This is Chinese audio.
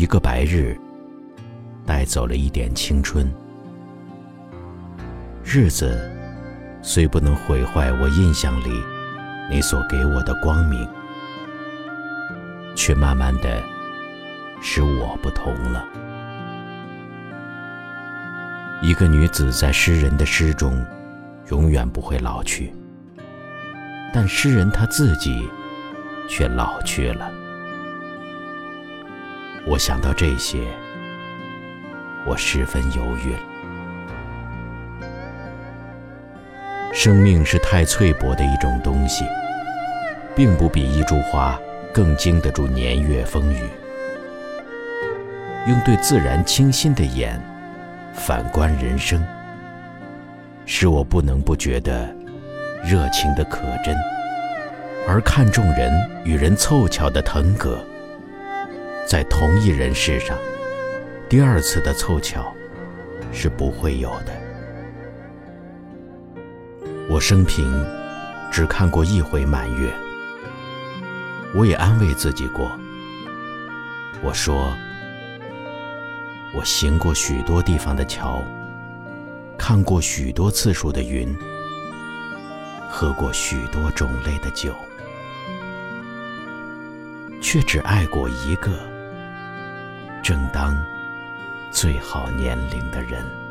一个白日，带走了一点青春。日子虽不能毁坏我印象里你所给我的光明，却慢慢地使我不同了。一个女子在诗人的诗中永远不会老去，但诗人他自己却老去了。我想到这些，我十分犹豫了。生命是太脆薄的一种东西，并不比一株花更经得住年月风雨。用对自然清新的眼反观人生，使我不能不觉得热情的可真，而看重人与人凑巧的腾格。在同一人世上，第二次的凑巧是不会有的。我生平只看过一回满月，我也安慰自己过，我说我行过许多地方的桥，看过许多次数的云，喝过许多种类的酒，却只爱过一个正当最好年龄的人。